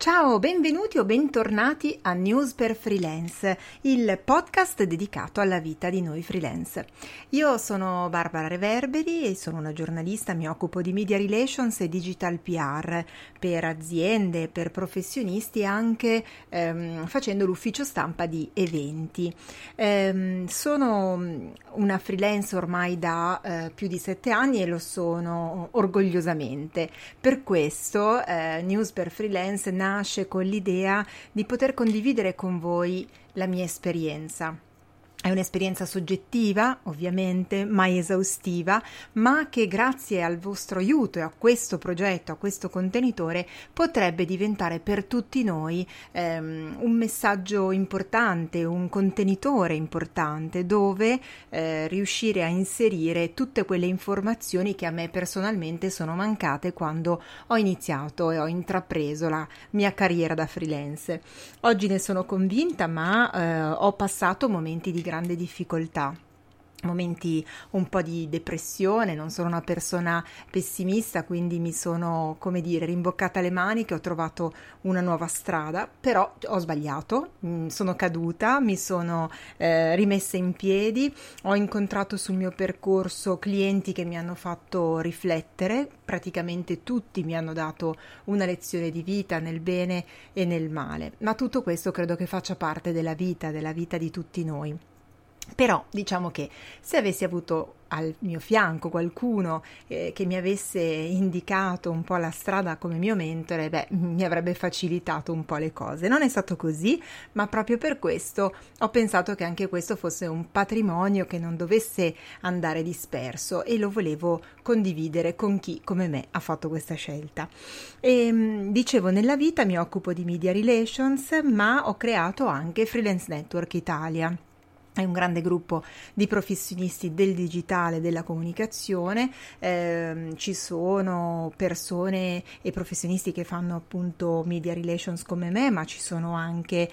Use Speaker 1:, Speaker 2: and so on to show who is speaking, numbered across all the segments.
Speaker 1: Ciao, benvenuti o bentornati a News per Freelance, il podcast dedicato alla vita di noi freelance. Io sono Barbara Reverberi e sono una giornalista, mi occupo di media relations e digital PR per aziende, per professionisti e anche facendo l'ufficio stampa di eventi. Sono una freelance ormai da più di 7 anni e lo sono orgogliosamente. Per questo News per Freelance nasce con l'idea di poter condividere con voi la mia esperienza. È un'esperienza soggettiva, ovviamente, mai esaustiva, ma che grazie al vostro aiuto e a questo progetto, a questo contenitore, potrebbe diventare per tutti noi un messaggio importante, un contenitore importante, dove riuscire a inserire tutte quelle informazioni che a me personalmente sono mancate quando ho iniziato e ho intrapreso la mia carriera da freelance. Oggi ne sono convinta, ma ho passato momenti di grande difficoltà, momenti un po' di depressione. Non sono una persona pessimista, quindi mi sono, rimboccata le maniche, ho trovato una nuova strada, però ho sbagliato, sono caduta, mi sono rimessa in piedi, ho incontrato sul mio percorso clienti che mi hanno fatto riflettere, praticamente tutti mi hanno dato una lezione di vita nel bene e nel male, ma tutto questo credo che faccia parte della vita di tutti noi. Però diciamo che se avessi avuto al mio fianco qualcuno che mi avesse indicato un po' la strada come mio mentore, mi avrebbe facilitato un po' le cose. Non è stato così, ma proprio per questo ho pensato che anche questo fosse un patrimonio che non dovesse andare disperso e lo volevo condividere con chi come me ha fatto questa scelta. E dicevo, nella vita mi occupo di media relations, ma ho creato anche Freelance Network Italia. È un grande gruppo di professionisti del digitale, della comunicazione, ci sono persone e professionisti che fanno appunto media relations come me, ma ci sono anche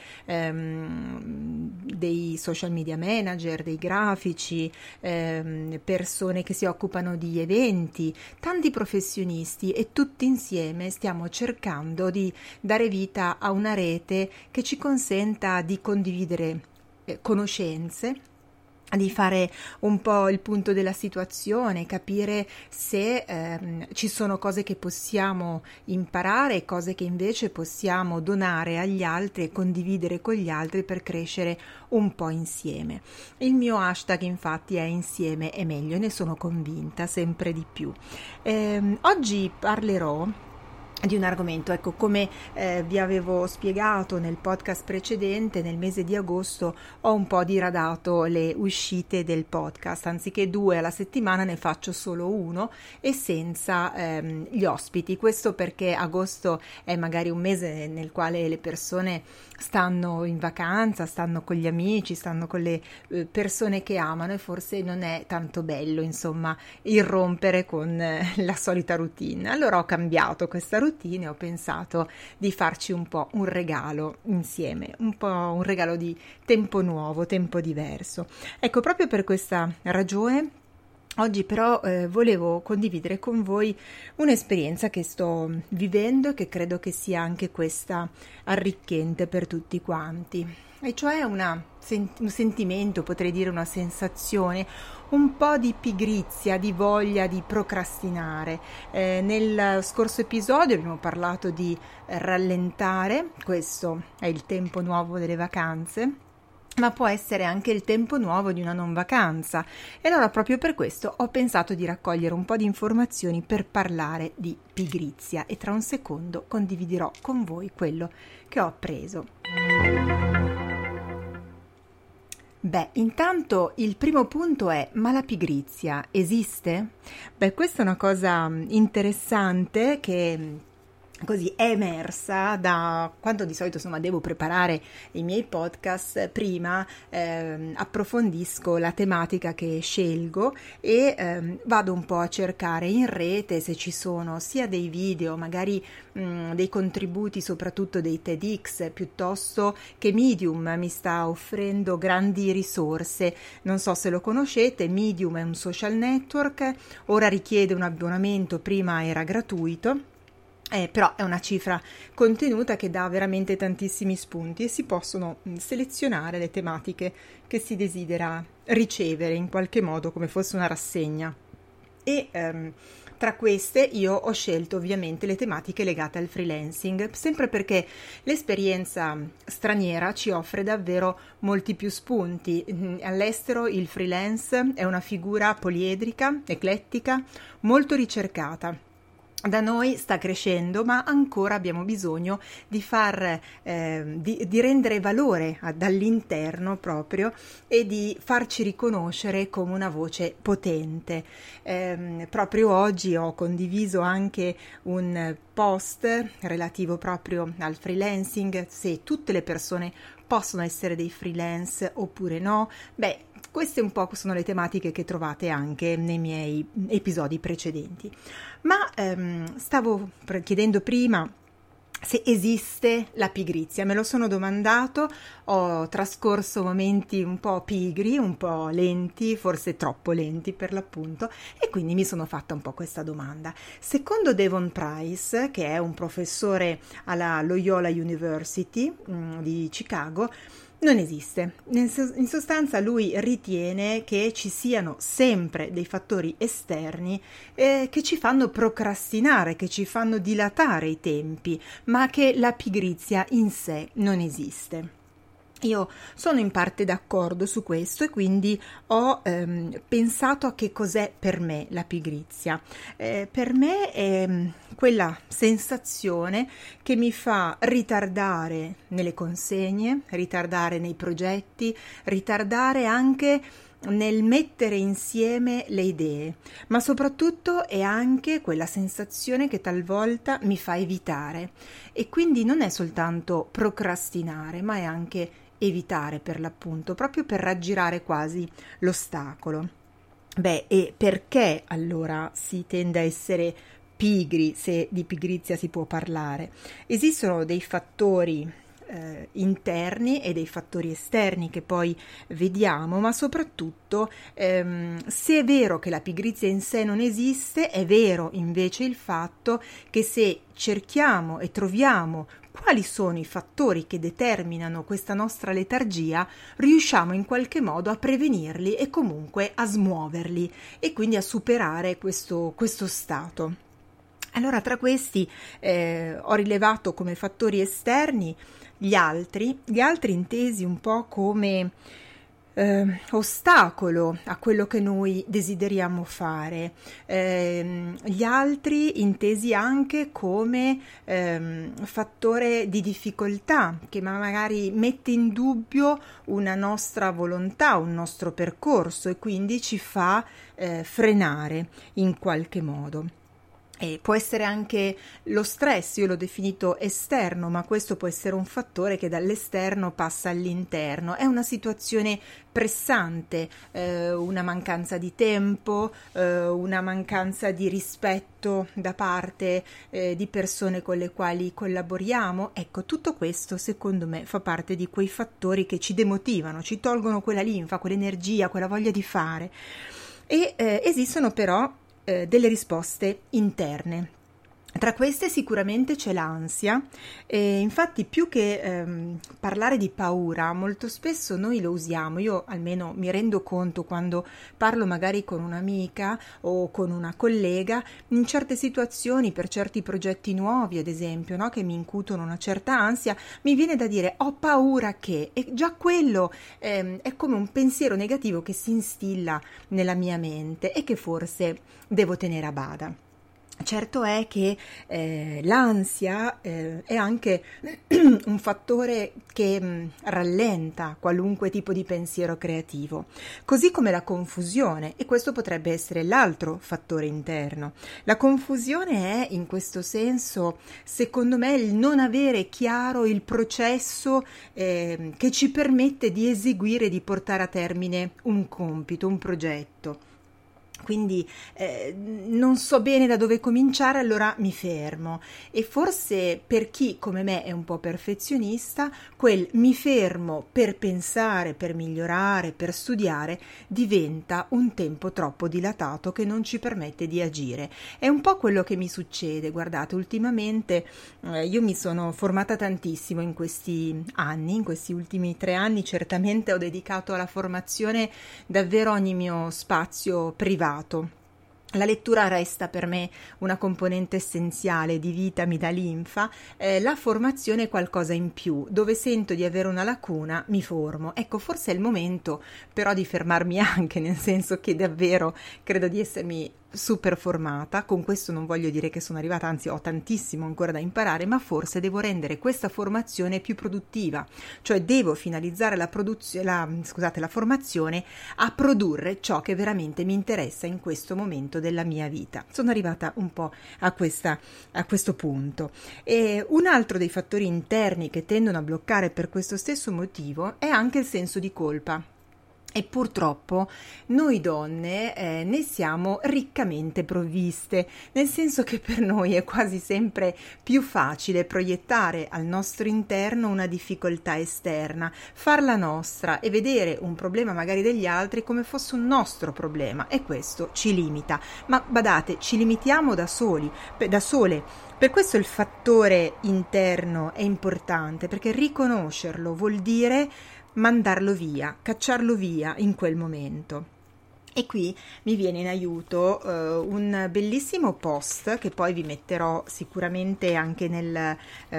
Speaker 1: dei social media manager, dei grafici, persone che si occupano di eventi, tanti professionisti, e tutti insieme stiamo cercando di dare vita a una rete che ci consenta di condividere conoscenze, di fare un po' il punto della situazione, capire se ci sono cose che possiamo imparare e cose che invece possiamo donare agli altri e condividere con gli altri per crescere un po' insieme. Il mio hashtag infatti è insieme è meglio e ne sono convinta sempre di più. Oggi parlerò di un argomento, ecco, come vi avevo spiegato nel podcast precedente, nel mese di agosto ho un po' diradato le uscite del podcast, anziché 2 alla settimana ne faccio solo 1 e senza gli ospiti. Questo perché agosto è magari un mese nel quale le persone stanno in vacanza, stanno con gli amici, stanno con le persone che amano, e forse non è tanto bello, insomma, irrompere con la solita routine. Allora ho cambiato questa routine e ho pensato di farci un po' un regalo insieme, un po' un regalo di tempo nuovo, tempo diverso. Ecco, proprio per questa ragione oggi però volevo condividere con voi un'esperienza che sto vivendo e che credo che sia anche questa arricchente per tutti quanti, e cioè un sentimento, potrei dire una sensazione, un po' di pigrizia, di voglia di procrastinare. Nel scorso episodio abbiamo parlato di rallentare, questo è il tempo nuovo delle vacanze, ma può essere anche il tempo nuovo di una non vacanza, e allora proprio per questo ho pensato di raccogliere un po' di informazioni per parlare di pigrizia, e tra un secondo condividerò con voi quello che ho appreso. Intanto il primo punto è: ma la pigrizia esiste? Questa è una cosa interessante che così è emersa da quando di solito devo preparare i miei podcast. Prima approfondisco la tematica che scelgo e vado un po' a cercare in rete se ci sono sia dei video, magari dei contributi, soprattutto dei TEDx, piuttosto che Medium mi sta offrendo grandi risorse. Non so se lo conoscete, Medium è un social network, ora richiede un abbonamento, prima era gratuito. Però è una cifra contenuta che dà veramente tantissimi spunti e si possono selezionare le tematiche che si desidera ricevere in qualche modo come fosse una rassegna. E tra queste io ho scelto ovviamente le tematiche legate al freelancing, sempre perché l'esperienza straniera ci offre davvero molti più spunti. All'estero il freelance è una figura poliedrica, eclettica, molto ricercata. Da noi sta crescendo, ma ancora abbiamo bisogno di di rendere valore dall'interno proprio e di farci riconoscere come una voce potente. Proprio oggi ho condiviso anche un post relativo proprio al freelancing, se tutte le persone possono essere dei freelance oppure no. Beh, queste un po' sono le tematiche che trovate anche nei miei episodi precedenti. Ma stavo chiedendo prima se esiste la pigrizia, me lo sono domandato, ho trascorso momenti un po' pigri, un po' lenti, forse troppo lenti per l'appunto, e quindi mi sono fatta un po' questa domanda. Secondo Devon Price, che è un professore alla Loyola University di Chicago, non esiste. In sostanza lui ritiene che ci siano sempre dei fattori esterni che ci fanno procrastinare, che ci fanno dilatare i tempi, ma che la pigrizia in sé non esiste. Io sono in parte d'accordo su questo e quindi ho pensato a che cos'è per me la pigrizia. Per me è quella sensazione che mi fa ritardare nelle consegne, ritardare nei progetti, ritardare anche nel mettere insieme le idee, ma soprattutto è anche quella sensazione che talvolta mi fa evitare, e quindi non è soltanto procrastinare, ma è anche evitare per l'appunto, proprio per raggirare quasi l'ostacolo. Beh, e perché allora si tende a essere pigri, se di pigrizia si può parlare? Esistono dei fattori interni e dei fattori esterni che poi vediamo, ma soprattutto se è vero che la pigrizia in sé non esiste, è vero invece il fatto che se cerchiamo e troviamo quali sono i fattori che determinano questa nostra letargia, riusciamo in qualche modo a prevenirli e comunque a smuoverli e quindi a superare questo stato. Allora, tra questi ho rilevato come fattori esterni gli altri intesi un po' come ostacolo a quello che noi desideriamo fare, gli altri intesi anche come fattore di difficoltà che magari mette in dubbio una nostra volontà, un nostro percorso, e quindi ci fa frenare in qualche modo. E può essere anche lo stress, io l'ho definito esterno, ma questo può essere un fattore che dall'esterno passa all'interno. È una situazione pressante, una mancanza di tempo, una mancanza di rispetto da parte di persone con le quali collaboriamo. Ecco, tutto questo secondo me fa parte di quei fattori che ci demotivano, ci tolgono quella linfa, quell'energia, quella voglia di fare. E esistono però delle risposte interne. Tra queste sicuramente c'è l'ansia, e infatti più che parlare di paura, molto spesso noi lo usiamo, io almeno mi rendo conto quando parlo magari con un'amica o con una collega, in certe situazioni, per certi progetti nuovi ad esempio, no, che mi incutono una certa ansia, mi viene da dire ho paura che, e già quello è come un pensiero negativo che si instilla nella mia mente e che forse devo tenere a bada. Certo è che l'ansia è anche un fattore che rallenta qualunque tipo di pensiero creativo, così come la confusione, e questo potrebbe essere l'altro fattore interno. La confusione è in questo senso, secondo me, il non avere chiaro il processo che ci permette di eseguire, di portare a termine un compito, un progetto. Quindi non so bene da dove cominciare, allora mi fermo. E forse per chi come me è un po' perfezionista, quel mi fermo per pensare, per migliorare, per studiare, diventa un tempo troppo dilatato che non ci permette di agire. È un po' quello che mi succede. Guardate, ultimamente io mi sono formata tantissimo in questi anni, in questi ultimi 3 anni, certamente ho dedicato alla formazione davvero ogni mio spazio privato. La lettura resta per me una componente essenziale di vita, mi dà linfa, la formazione è qualcosa in più, dove sento di avere una lacuna mi formo. Ecco, forse è il momento però di fermarmi anche, nel senso che davvero credo di essermi super formata. Con questo non voglio dire che sono arrivata, anzi ho tantissimo ancora da imparare, ma forse devo rendere questa formazione più produttiva, cioè devo finalizzare la formazione a produrre ciò che veramente mi interessa in questo momento della mia vita. Sono arrivata un po' a questo punto. E un altro dei fattori interni che tendono a bloccare per questo stesso motivo è anche il senso di colpa. E purtroppo noi donne ne siamo riccamente provviste, nel senso che per noi è quasi sempre più facile proiettare al nostro interno una difficoltà esterna, farla nostra e vedere un problema magari degli altri come fosse un nostro problema, e questo ci limita. Ma badate, ci limitiamo da sole. Per questo il fattore interno è importante, perché riconoscerlo vuol dire mandarlo via, cacciarlo via in quel momento. E qui mi viene in aiuto un bellissimo post che poi vi metterò sicuramente anche nella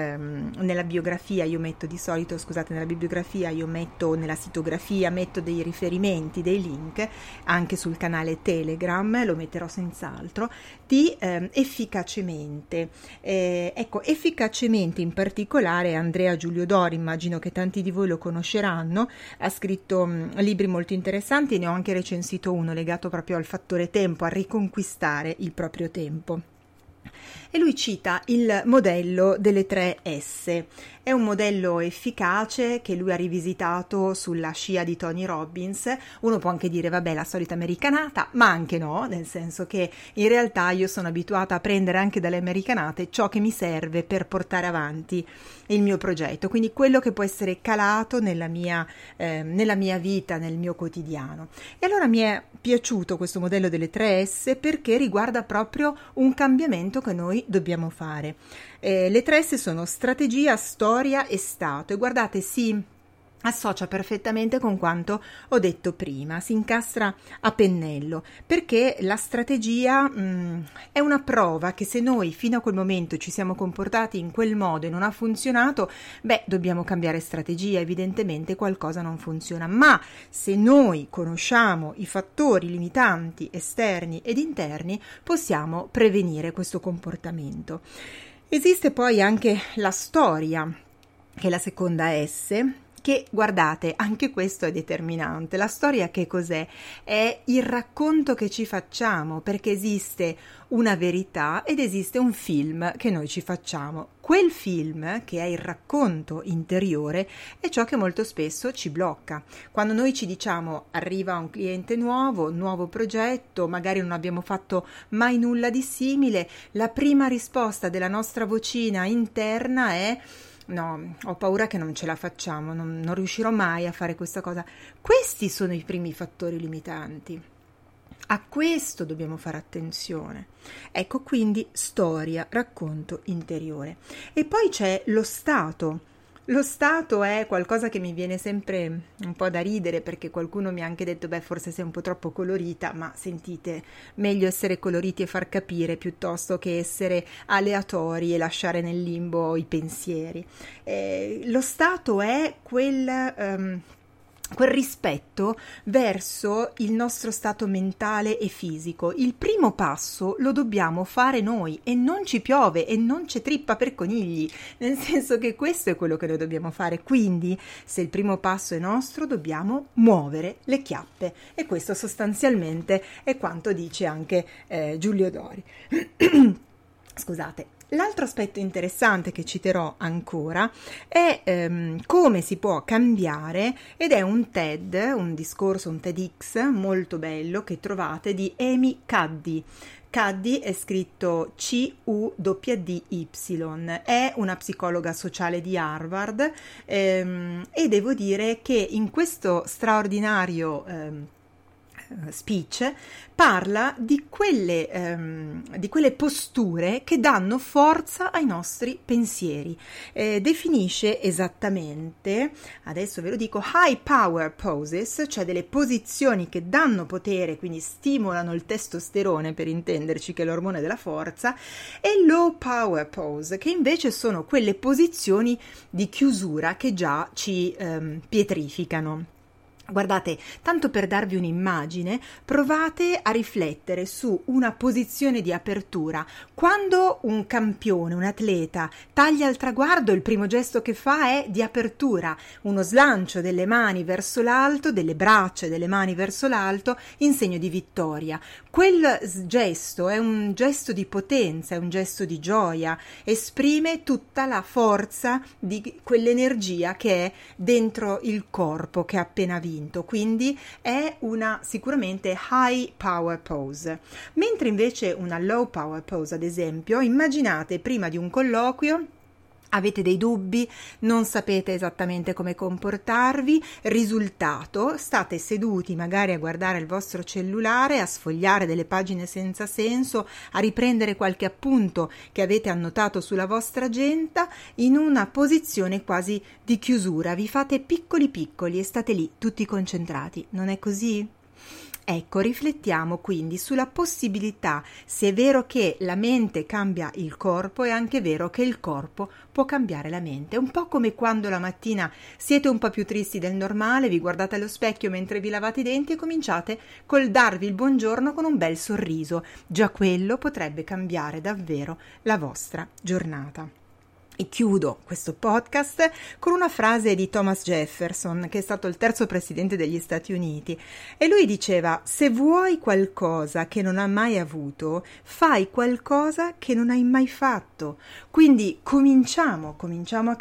Speaker 1: biografia. Io metto di solito, scusate, nella bibliografia io metto, nella sitografia metto dei riferimenti, dei link anche sul canale Telegram, lo metterò senz'altro, di Efficacemente. Ecco, Efficacemente in particolare Andrea Giulio Dori, immagino che tanti di voi lo conosceranno, ha scritto libri molto interessanti, ne ho anche recensito uno legato proprio al fattore tempo, a riconquistare il proprio tempo. E lui cita il modello delle 3 S. È un modello efficace che lui ha rivisitato sulla scia di Tony Robbins. Uno può anche dire, vabbè, la solita americanata, ma anche no, nel senso che in realtà io sono abituata a prendere anche dalle americanate ciò che mi serve per portare avanti il mio progetto, quindi quello che può essere calato nella mia vita, nel mio quotidiano. E allora mi è piaciuto questo modello delle 3 S perché riguarda proprio un cambiamento che noi dobbiamo fare. Le 3 S sono strategia, storia e stato, e guardate, si associa perfettamente con quanto ho detto prima, si incastra a pennello, perché la strategia è una prova che se noi fino a quel momento ci siamo comportati in quel modo e non ha funzionato, dobbiamo cambiare strategia, evidentemente qualcosa non funziona. Ma se noi conosciamo i fattori limitanti esterni ed interni, possiamo prevenire questo comportamento. Esiste poi anche la storia, che è la seconda S, che, guardate, anche questo è determinante. La storia che cos'è? È il racconto che ci facciamo, perché esiste una verità ed esiste un film che noi ci facciamo. Quel film, che è il racconto interiore, è ciò che molto spesso ci blocca. Quando noi ci diciamo arriva un cliente nuovo progetto, magari non abbiamo fatto mai nulla di simile, la prima risposta della nostra vocina interna è: no, ho paura che non ce la facciamo, non riuscirò mai a fare questa cosa. Questi sono i primi fattori limitanti. A questo dobbiamo fare attenzione. Ecco, quindi storia, racconto interiore. E poi c'è lo stato. Lo stato è qualcosa che mi viene sempre un po' da ridere, perché qualcuno mi ha anche detto, forse sei un po' troppo colorita, ma sentite, meglio essere coloriti e far capire piuttosto che essere aleatori e lasciare nel limbo i pensieri. Lo stato è quel rispetto verso il nostro stato mentale e fisico. Il primo passo lo dobbiamo fare noi, e non ci piove e non c'è trippa per conigli, nel senso che questo è quello che noi dobbiamo fare. Quindi, se il primo passo è nostro, dobbiamo muovere le chiappe, e questo sostanzialmente è quanto dice anche Giulio Dori. Scusate. L'altro aspetto interessante che citerò ancora è come si può cambiare, ed è un TED, un discorso, un TEDx molto bello che trovate di Amy Cuddy. Cuddy è scritto Cuddy, è una psicologa sociale di Harvard e devo dire che in questo straordinario speech parla di quelle posture che danno forza ai nostri pensieri. Definisce esattamente, adesso ve lo dico, high power poses, cioè delle posizioni che danno potere, quindi stimolano il testosterone, per intenderci, che è l'ormone della forza, e low power pose, che invece sono quelle posizioni di chiusura che già ci pietrificano. Guardate, tanto per darvi un'immagine, provate a riflettere su una posizione di apertura. Quando un campione, un atleta, taglia al traguardo, il primo gesto che fa è di apertura, uno slancio delle mani verso l'alto, delle braccia e delle mani verso l'alto, in segno di vittoria. Quel gesto è un gesto di potenza, è un gesto di gioia, esprime tutta la forza di quell'energia che è dentro il corpo che ha appena vinto. Quindi è una sicuramente high power pose. Mentre invece una low power pose, ad esempio, immaginate prima di un colloquio, avete dei dubbi, non sapete esattamente come comportarvi, risultato, state seduti magari a guardare il vostro cellulare, a sfogliare delle pagine senza senso, a riprendere qualche appunto che avete annotato sulla vostra agenda, in una posizione quasi di chiusura, vi fate piccoli e state lì tutti concentrati, non è così? Ecco, riflettiamo quindi sulla possibilità, se è vero che la mente cambia il corpo, è anche vero che il corpo può cambiare la mente. È un po' come quando la mattina siete un po' più tristi del normale, vi guardate allo specchio mentre vi lavate i denti e cominciate col darvi il buongiorno con un bel sorriso. Già quello potrebbe cambiare davvero la vostra giornata. E chiudo questo podcast con una frase di Thomas Jefferson, che è stato il terzo presidente degli Stati Uniti, e lui diceva: se vuoi qualcosa che non hai mai avuto, fai qualcosa che non hai mai fatto. Quindi cominciamo a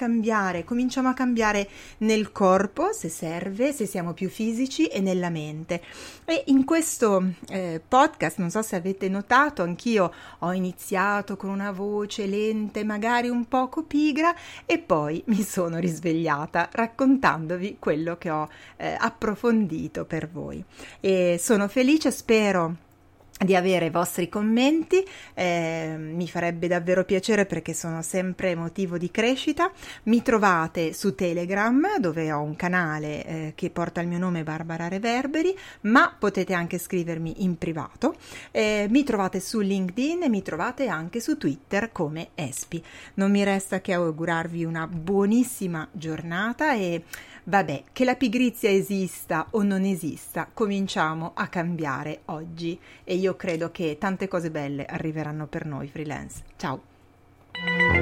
Speaker 1: cambiare nel corpo, se serve, se siamo più fisici, e nella mente. E in questo podcast, non so se avete notato, anch'io ho iniziato con una voce lenta e magari un poco pigra, e poi mi sono risvegliata raccontandovi quello che ho approfondito per voi. E sono felice, spero di avere i vostri commenti, mi farebbe davvero piacere perché sono sempre motivo di crescita. Mi trovate su Telegram, dove ho un canale che porta il mio nome, Barbara Reverberi, ma potete anche scrivermi in privato. Mi trovate su LinkedIn e mi trovate anche su Twitter come Espi. Non mi resta che augurarvi una buonissima giornata e vabbè, che la pigrizia esista o non esista, cominciamo a cambiare oggi, e io credo che tante cose belle arriveranno per noi freelance. Ciao!